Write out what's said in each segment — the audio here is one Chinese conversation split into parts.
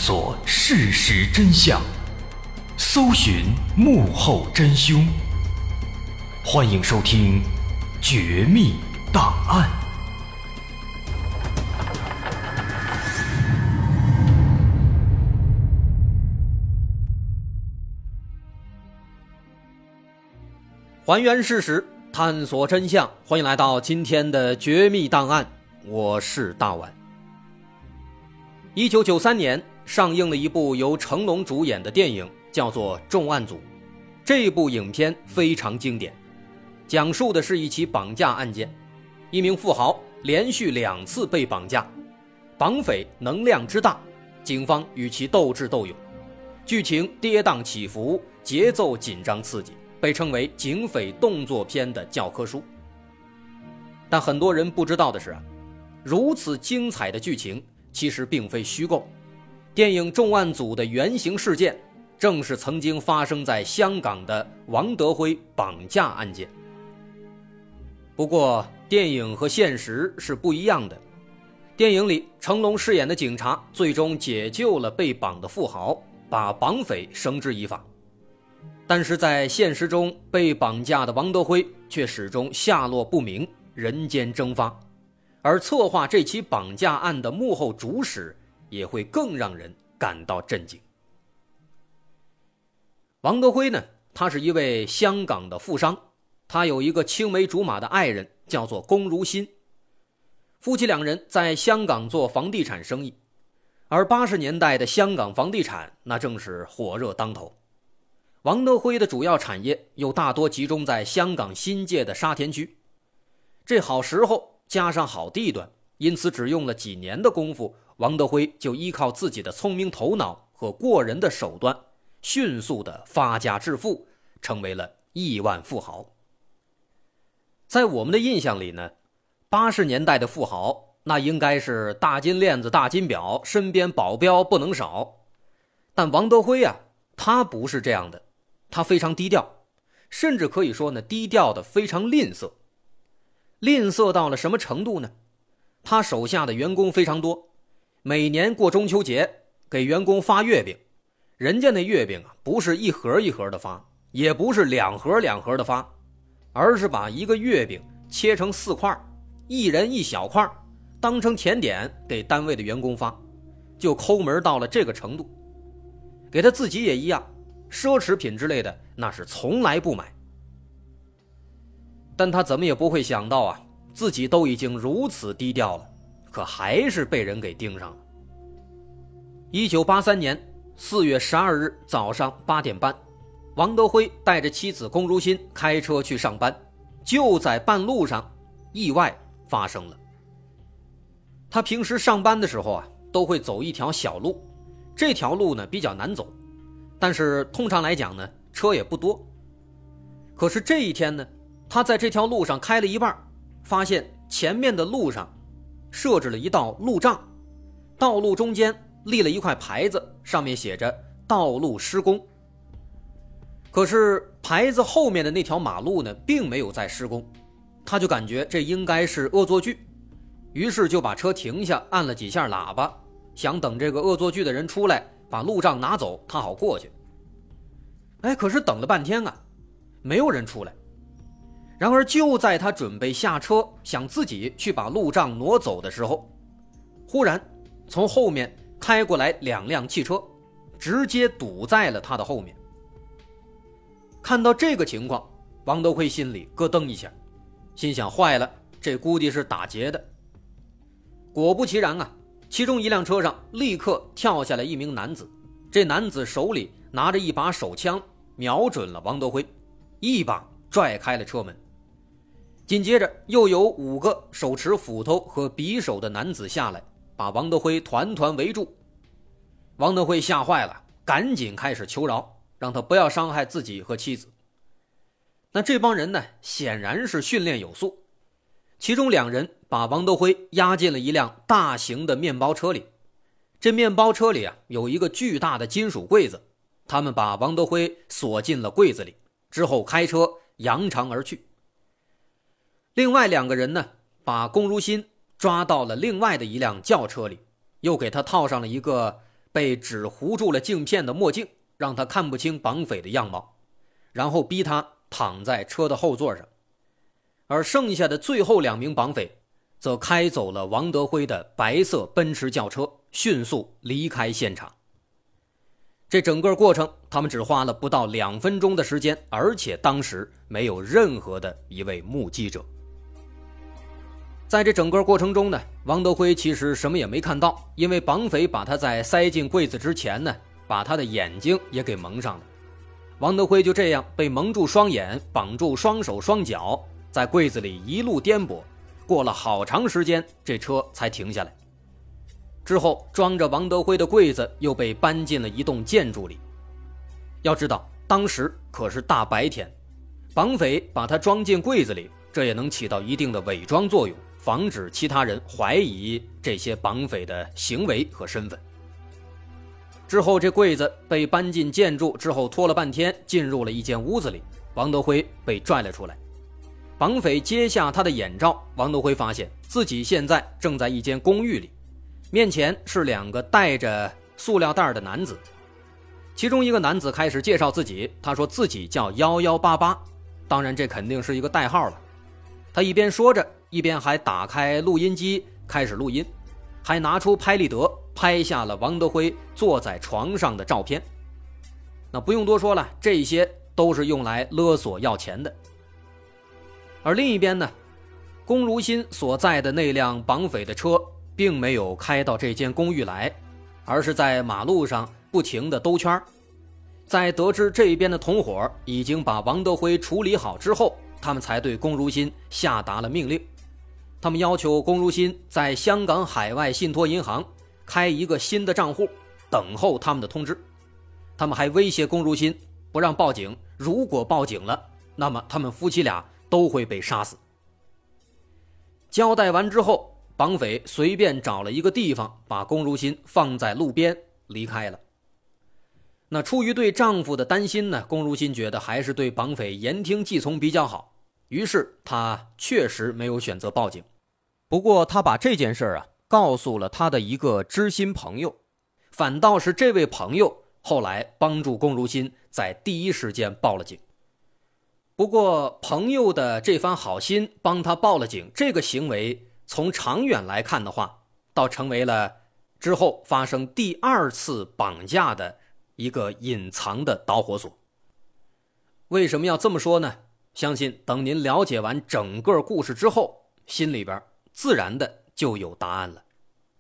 索事实真相，搜寻幕后真凶。欢迎收听《绝密档案》。 还原事实，探索真相，欢迎来到今天的绝密档案，我是大碗。1993年上映了一部由成龙主演的电影，叫做《重案组》。这部影片非常经典，讲述的是一起绑架案件，一名富豪连续2次被绑架，绑匪能量之大，警方与其斗智斗勇，剧情跌宕起伏，节奏紧张刺激，被称为警匪动作片的教科书。但很多人不知道的是，如此精彩的剧情其实并非虚构。电影《重案组》的原型事件正是曾经发生在香港的王德辉绑架案件。不过电影和现实是不一样的，电影里成龙饰演的警察最终解救了被绑的富豪，把绑匪绳之以法。但是在现实中，被绑架的王德辉却始终下落不明，人间蒸发。而策划这起绑架案的幕后主使也会更让人感到震惊。王德辉呢，他是一位香港的富商，他有一个青梅竹马的爱人，叫做龚如心。夫妻两人在香港做房地产生意，而80年代的香港房地产那正是火热当头。王德辉的主要产业又大多集中在香港新界的沙田区，这好时候加上好地段，因此只用了几年的功夫，王德辉就依靠自己的聪明头脑和过人的手段，迅速的发家致富，成为了亿万富豪。在我们的印象里呢，80年代的富豪那应该是大金链子大金表，身边保镖不能少。但王德辉他不是这样的，他非常低调，甚至可以说呢，低调的非常吝啬。吝啬到了什么程度呢？他手下的员工非常多，每年过中秋节给员工发月饼，人家那月饼不是一盒一盒的发，也不是2盒2盒的发，而是把一个月饼切成4块，一人一小块，当成甜点给单位的员工发，就抠门到了这个程度。给他自己也一样，奢侈品之类的那是从来不买。但他怎么也不会想到自己都已经如此低调了，可还是被人给盯上了。1983年4月12日早上8点半，王德辉带着妻子龚如心开车去上班，就在半路上意外发生了。他平时上班的时候都会走一条小路，这条路呢比较难走，但是通常来讲呢车也不多。可是这一天呢，他在这条路上开了一半，发现前面的路上设置了一道路障，道路中间立了一块牌子，上面写着道路施工。可是牌子后面的那条马路呢并没有在施工，他就感觉这应该是恶作剧，于是就把车停下，按了几下喇叭，想等这个恶作剧的人出来把路障拿走，他好过去。可是等了半天没有人出来。然而就在他准备下车想自己去把路障挪走的时候，忽然从后面开过来2辆汽车，直接堵在了他的后面。看到这个情况，王德辉心里咯噔一下，心想坏了，这估计是打劫的。果不其然其中一辆车上立刻跳下来一名男子，这男子手里拿着一把手枪，瞄准了王德辉，一把拽开了车门。紧接着又有5个手持斧头和匕首的男子下来，把王德辉团团围住。王德辉吓坏了，赶紧开始求饶，让他不要伤害自己和妻子。那这帮人呢，显然是训练有素，其中2人把王德辉押进了一辆大型的面包车里，这面包车里有一个巨大的金属柜子，他们把王德辉锁进了柜子里，之后开车扬长而去。另外2个人呢，把龚如心抓到了另外的一辆轿车里，又给他套上了一个被纸糊住了镜片的墨镜，让他看不清绑匪的样貌，然后逼他躺在车的后座上。而剩下的最后2名绑匪则开走了王德辉的白色奔驰轿车，迅速离开现场。这整个过程他们只花了不到2分钟的时间，而且当时没有任何的一位目击者。在这整个过程中呢，王德辉其实什么也没看到，因为绑匪把他在塞进柜子之前呢，把他的眼睛也给蒙上了。王德辉就这样被蒙住双眼，绑住双手双脚，在柜子里一路颠簸，过了好长时间，这车才停下来。之后装着王德辉的柜子又被搬进了一栋建筑里。要知道当时可是大白天，绑匪把他装进柜子里，这也能起到一定的伪装作用，防止其他人怀疑这些绑匪的行为和身份。之后这柜子被搬进建筑之后，拖了半天进入了一间屋子里，王德辉被拽了出来。绑匪揭下他的眼罩，王德辉发现自己现在正在一间公寓里，面前是2个带着塑料袋的男子。其中一个男子开始介绍自己，他说自己叫1188，当然这肯定是一个代号了。他一边说着，一边还打开录音机开始录音，还拿出拍立得拍下了王德辉坐在床上的照片。那不用多说了，这些都是用来勒索要钱的。而另一边呢，龚如心所在的那辆绑匪的车并没有开到这间公寓来，而是在马路上不停地兜圈。在得知这边的同伙已经把王德辉处理好之后，他们才对龚如心下达了命令。他们要求龚如心在香港海外信托银行开一个新的账户，等候他们的通知。他们还威胁龚如心不让报警，如果报警了，那么他们夫妻俩都会被杀死。交代完之后，绑匪随便找了一个地方，把龚如心放在路边离开了。那出于对丈夫的担心呢，龚如心觉得还是对绑匪言听计从比较好，于是她确实没有选择报警。不过她把这件事告诉了她的一个知心朋友，反倒是这位朋友后来帮助龚如心在第一时间报了警。不过朋友的这番好心帮他报了警，这个行为从长远来看的话，倒成为了之后发生第2次绑架的一个隐藏的导火索。为什么要这么说呢？相信等您了解完整个故事之后，心里边自然的就有答案了。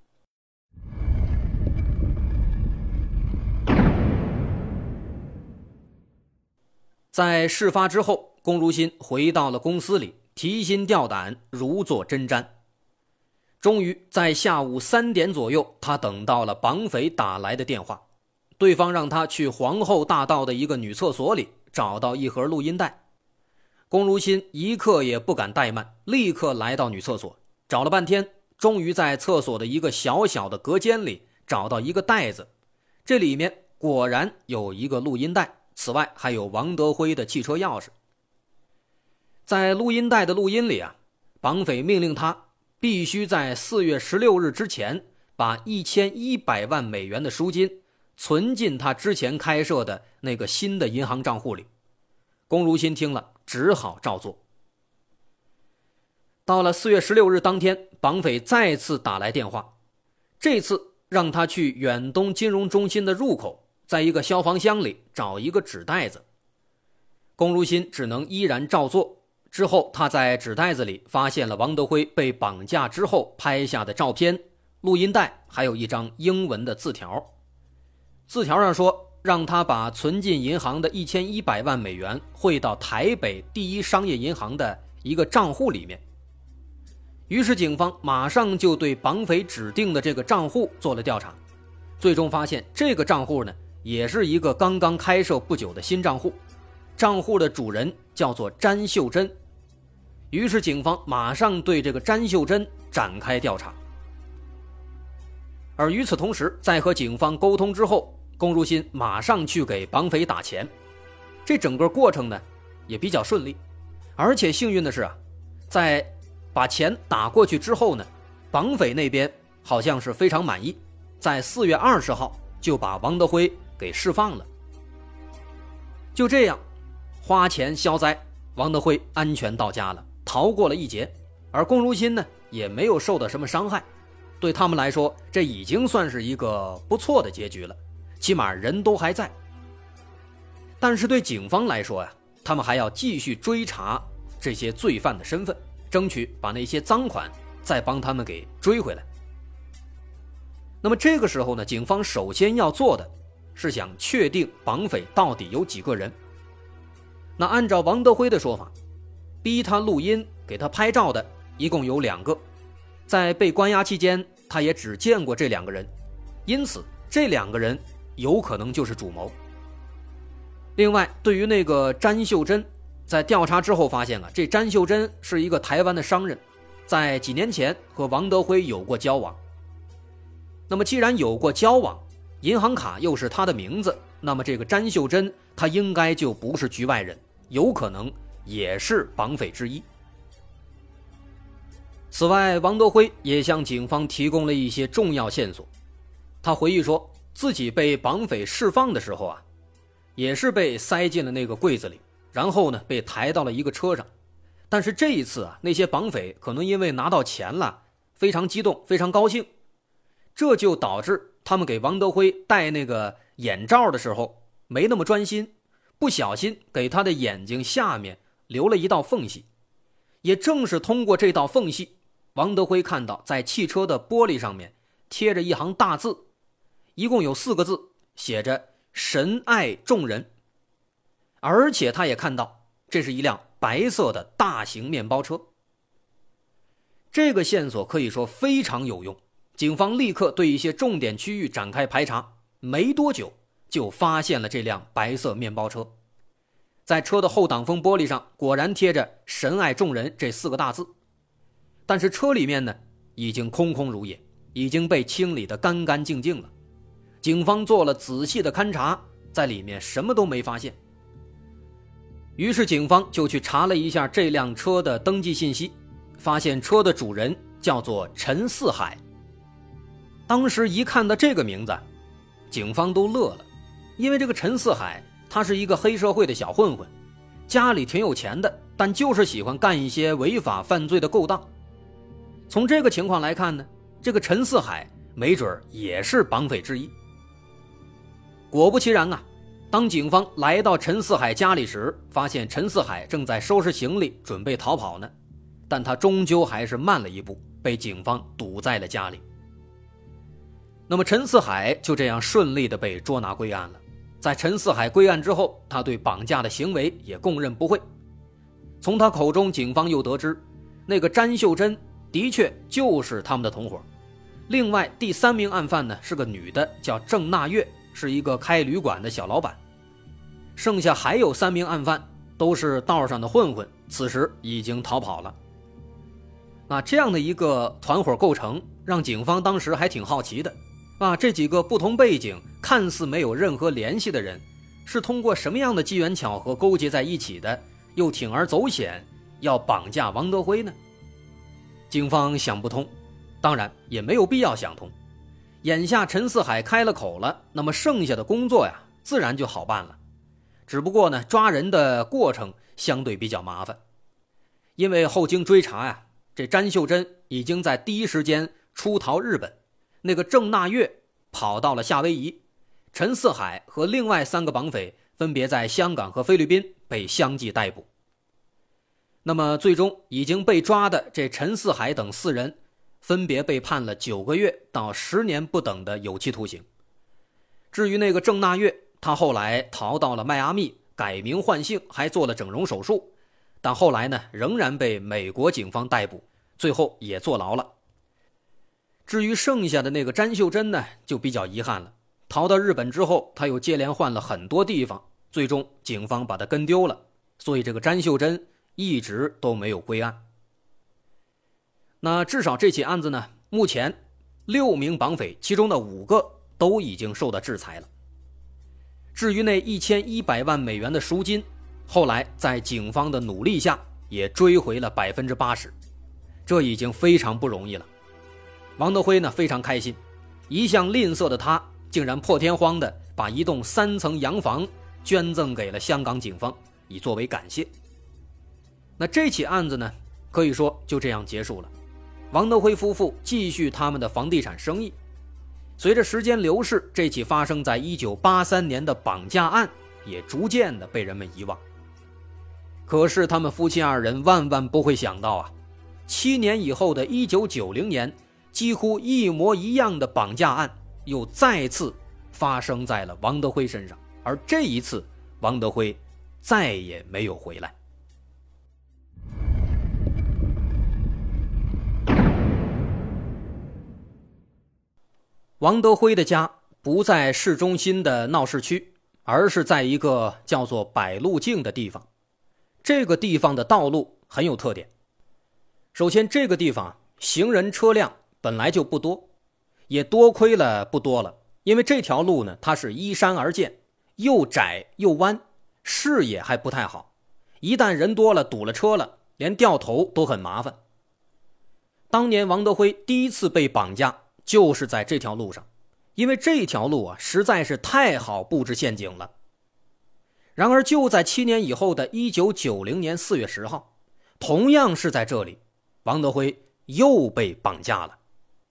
在事发之后，龚如心回到了公司里，提心吊胆，如坐针毡。终于在下午3点左右，他等到了绑匪打来的电话，对方让他去皇后大道的一个女厕所里找到一盒录音带。龚如心一刻也不敢怠慢，立刻来到女厕所，找了半天，终于在厕所的一个小小的隔间里找到一个袋子，这里面果然有一个录音带，此外还有王德辉的汽车钥匙。在录音带的录音里绑匪命令他必须在4月16日之前把1100万美元的赎金存进他之前开设的那个新的银行账户里。龚如心听了只好照做。到了4月16日当天，绑匪再次打来电话，这次让他去远东金融中心的入口，在一个消防箱里找一个纸袋子。龚如心只能依然照做。之后他在纸袋子里发现了王德辉被绑架之后拍下的照片、录音带，还有一张英文的字条。字条上说让他把存进银行的1100万美元汇到台北第一商业银行的一个账户里面。于是警方马上就对绑匪指定的这个账户做了调查，最终发现这个账户呢也是一个刚刚开设不久的新账户，账户的主人叫做詹秀珍。于是警方马上对这个詹秀珍展开调查。而与此同时，在和警方沟通之后，龚如心马上去给绑匪打钱。这整个过程呢也比较顺利，而且幸运的是在把钱打过去之后呢，绑匪那边好像是非常满意，在4月20号就把王德辉给释放了。就这样，花钱消灾，王德辉安全到家了，逃过了一劫。而龚如心呢，也没有受到什么伤害，对他们来说，这已经算是一个不错的结局了，起码人都还在。但是对警方来说呀，他们还要继续追查这些罪犯的身份，争取把那些赃款再帮他们给追回来。那么这个时候呢，警方首先要做的是想确定绑匪到底有几个人。那按照王德辉的说法，逼他录音给他拍照的一共有2个，在被关押期间他也只见过这2个人，因此这2个人有可能就是主谋。另外，对于那个詹秀珍，在调查之后发现这詹秀珍是一个台湾的商人，在几年前和王德辉有过交往。那么既然有过交往，银行卡又是他的名字，那么这个詹秀珍他应该就不是局外人，有可能也是绑匪之一。此外，王德辉也向警方提供了一些重要线索。他回忆说，自己被绑匪释放的时候也是被塞进了那个柜子里，然后呢被抬到了一个车上。但是这一次那些绑匪可能因为拿到钱了，非常激动，非常高兴，这就导致他们给王德辉戴那个眼罩的时候没那么专心，不小心给他的眼睛下面留了一道缝隙。也正是通过这道缝隙，王德辉看到在汽车的玻璃上面贴着一行大字，一共有4个字，写着神爱众人。而且他也看到这是一辆白色的大型面包车。这个线索可以说非常有用，警方立刻对一些重点区域展开排查，没多久就发现了这辆白色面包车。在车的后挡风玻璃上果然贴着神爱众人这4个大字，但是车里面呢已经空空如也，已经被清理得干干净净了。警方做了仔细的勘查，在里面什么都没发现。于是警方就去查了一下这辆车的登记信息，发现车的主人叫做陈四海。当时一看到这个名字，警方都乐了，因为这个陈四海他是一个黑社会的小混混，家里挺有钱的，但就是喜欢干一些违法犯罪的勾当。从这个情况来看呢，这个陈四海没准也是绑匪之一。果不其然当警方来到陈四海家里时，发现陈四海正在收拾行李准备逃跑呢，但他终究还是慢了一步，被警方堵在了家里。那么陈四海就这样顺利地被捉拿归案了。在陈四海归案之后，他对绑架的行为也供认不讳。从他口中，警方又得知那个詹秀珍的确就是他们的同伙。另外第3名案犯呢是个女的，叫郑娜月，是一个开旅馆的小老板。剩下还有3名案犯都是道上的混混，此时已经逃跑了。那这样的一个团伙构成，让警方当时还挺好奇的这几个不同背景看似没有任何联系的人，是通过什么样的机缘巧合勾结在一起的，又铤而走险要绑架王德辉呢？警方想不通，当然也没有必要想通。眼下陈四海开了口了，那么剩下的工作自然就好办了。只不过呢，抓人的过程相对比较麻烦，因为后经追查这詹秀珍已经在第一时间出逃日本，那个郑娜月跑到了夏威夷，陈四海和另外3个绑匪分别在香港和菲律宾被相继逮捕。那么最终已经被抓的这陈四海等4人分别被判了9个月到10年不等的有期徒刑。至于那个郑娜月，他后来逃到了迈阿密，改名换姓，还做了整容手术，但后来呢仍然被美国警方逮捕，最后也坐牢了。至于剩下的那个詹秀珍呢，就比较遗憾了。逃到日本之后，他又接连换了很多地方，最终警方把他跟丢了，所以这个詹秀珍一直都没有归案。那至少这起案子呢，目前6名绑匪其中的5个都已经受到制裁了。至于那1100万美元的赎金，后来在警方的努力下也追回了 80%， 这已经非常不容易了。王德辉呢非常开心，一向吝啬的他竟然破天荒地把一栋3层洋房捐赠给了香港警方，以作为感谢。那这起案子呢，可以说就这样结束了。王德辉夫妇继续他们的房地产生意。随着时间流逝，这起发生在1983年的绑架案也逐渐地被人们遗忘。可是他们夫妻二人万万不会想到啊，7年以后的1990年，几乎一模一样的绑架案又再次发生在了王德辉身上，而这一次王德辉再也没有回来。王德辉的家不在市中心的闹市区，而是在一个叫做百路径的地方。这个地方的道路很有特点。首先，这个地方行人车辆本来就不多，也多亏了不多了，因为这条路呢，它是依山而建，又窄又弯，视野还不太好，一旦人多了堵了车了，连掉头都很麻烦。当年王德辉第一次被绑架就是在这条路上，因为这条路啊实在是太好布置陷阱了。然而就在7年以后的1990年4月10号，同样是在这里，王德辉又被绑架了。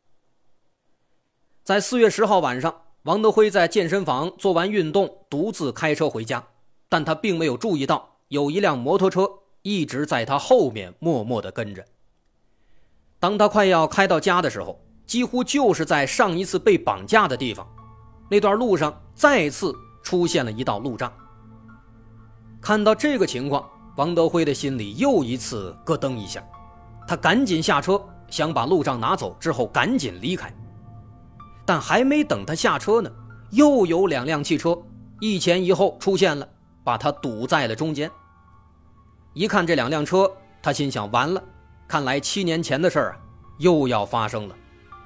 在4月10号晚上，王德辉在健身房做完运动，独自开车回家，但他并没有注意到有一辆摩托车一直在他后面默默地跟着。当他快要开到家的时候，几乎就是在上一次被绑架的地方，那段路上再次出现了一道路障。看到这个情况，王德辉的心里又一次咯噔一下，他赶紧下车，想把路障拿走之后赶紧离开。但还没等他下车呢，又有2辆汽车一前一后出现了，把他堵在了中间。一看这2辆车，他心想完了，看来7年前的事儿又要发生了。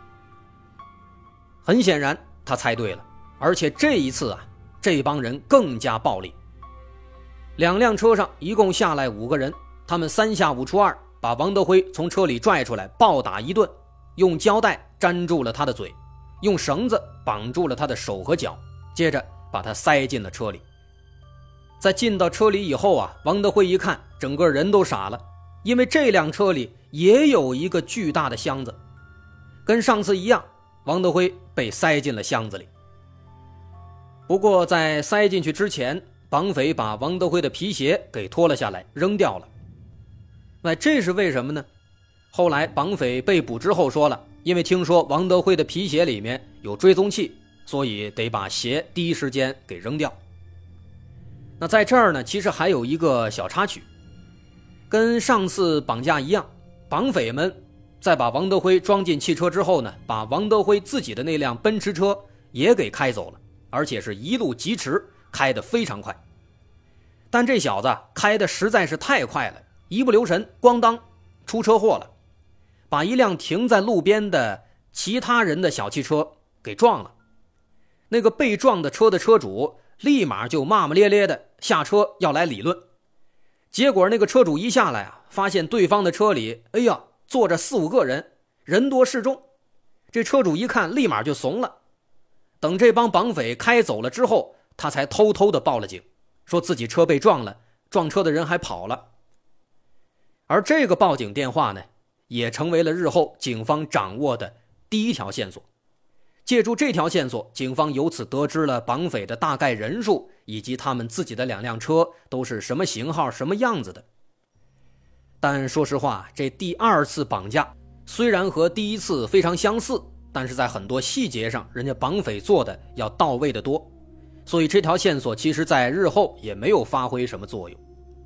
很显然他猜对了，而且这一次这帮人更加暴力。2辆车上一共下来5个人，他们3下5除2把王德辉从车里拽出来，暴打一顿，用胶带粘住了他的嘴，用绳子绑住了他的手和脚，接着把他塞进了车里。在进到车里以后王德辉一看，整个人都傻了，因为这辆车里也有一个巨大的箱子，跟上次一样，王德辉被塞进了箱子里。不过在塞进去之前，绑匪把王德辉的皮鞋给脱了下来扔掉了。那这是为什么呢？后来绑匪被捕之后说了，因为听说王德辉的皮鞋里面有追踪器，所以得把鞋第一时间给扔掉。那在这儿呢，其实还有一个小插曲，跟上次绑架一样，绑匪们在把王德辉装进汽车之后呢，把王德辉自己的那辆奔驰车也给开走了，而且是一路疾驰，开得非常快。但这小子开得实在是太快了，一不留神咣当出车祸了，把一辆停在路边的其他人的小汽车给撞了。那个被撞的车的车主立马就骂骂咧咧的下车要来理论。结果那个车主一下来发现对方的车里坐着4、5个人，人多势众。这车主一看立马就怂了，等这帮绑匪开走了之后，他才偷偷的报了警，说自己车被撞了，撞车的人还跑了。而这个报警电话呢，也成为了日后警方掌握的第一条线索。借助这条线索，警方由此得知了绑匪的大概人数，以及他们自己的2辆车都是什么型号什么样子的。但说实话，这第2次绑架虽然和第一次非常相似，但是在很多细节上人家绑匪做的要到位的多，所以这条线索其实在日后也没有发挥什么作用。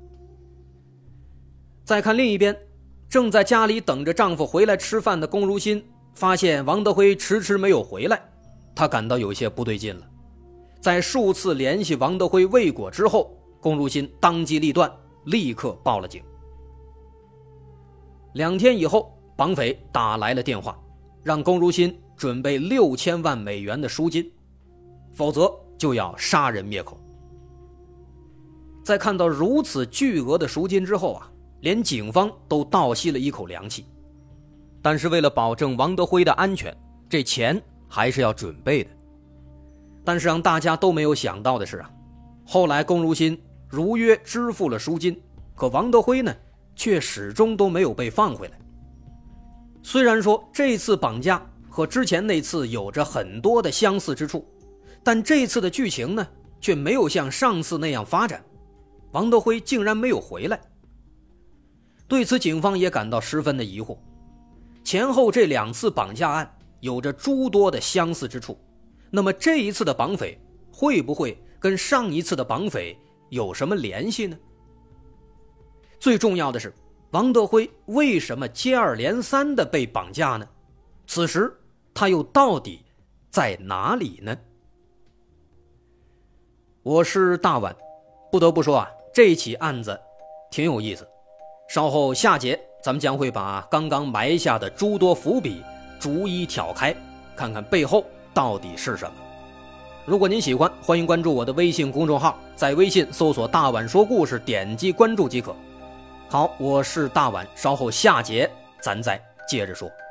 再看另一边，正在家里等着丈夫回来吃饭的龚如心发现王德辉迟迟没有回来，她感到有些不对劲了。在数次联系王德辉未果之后，龚如心当机立断，立刻报了警。2天以后，绑匪打来了电话，让龚如心准备6000万美元的赎金，否则就要杀人灭口。在看到如此巨额的赎金之后连警方都倒吸了一口凉气。但是为了保证王德辉的安全，这钱还是要准备的。 但是让大家都没有想到的是后来龚如心如约支付了赎金，可王德辉呢却始终都没有被放回来。虽然说这次绑架和之前那次有着很多的相似之处，但这次的剧情呢却没有像上次那样发展，王德辉竟然没有回来。对此警方也感到十分的疑惑，前后这2次绑架案有着诸多的相似之处，那么这一次的绑匪会不会跟上一次的绑匪有什么联系呢？最重要的是，王德辉为什么接二连三的被绑架呢？此时他又到底在哪里呢？我是大碗，不得不说这起案子挺有意思。稍后下节咱们将会把刚刚埋下的诸多伏笔逐一挑开，看看背后到底是什么。如果您喜欢，欢迎关注我的微信公众号，在微信搜索大碗说故事，点击关注即可。好，我是大碗，稍后下节咱再接着说。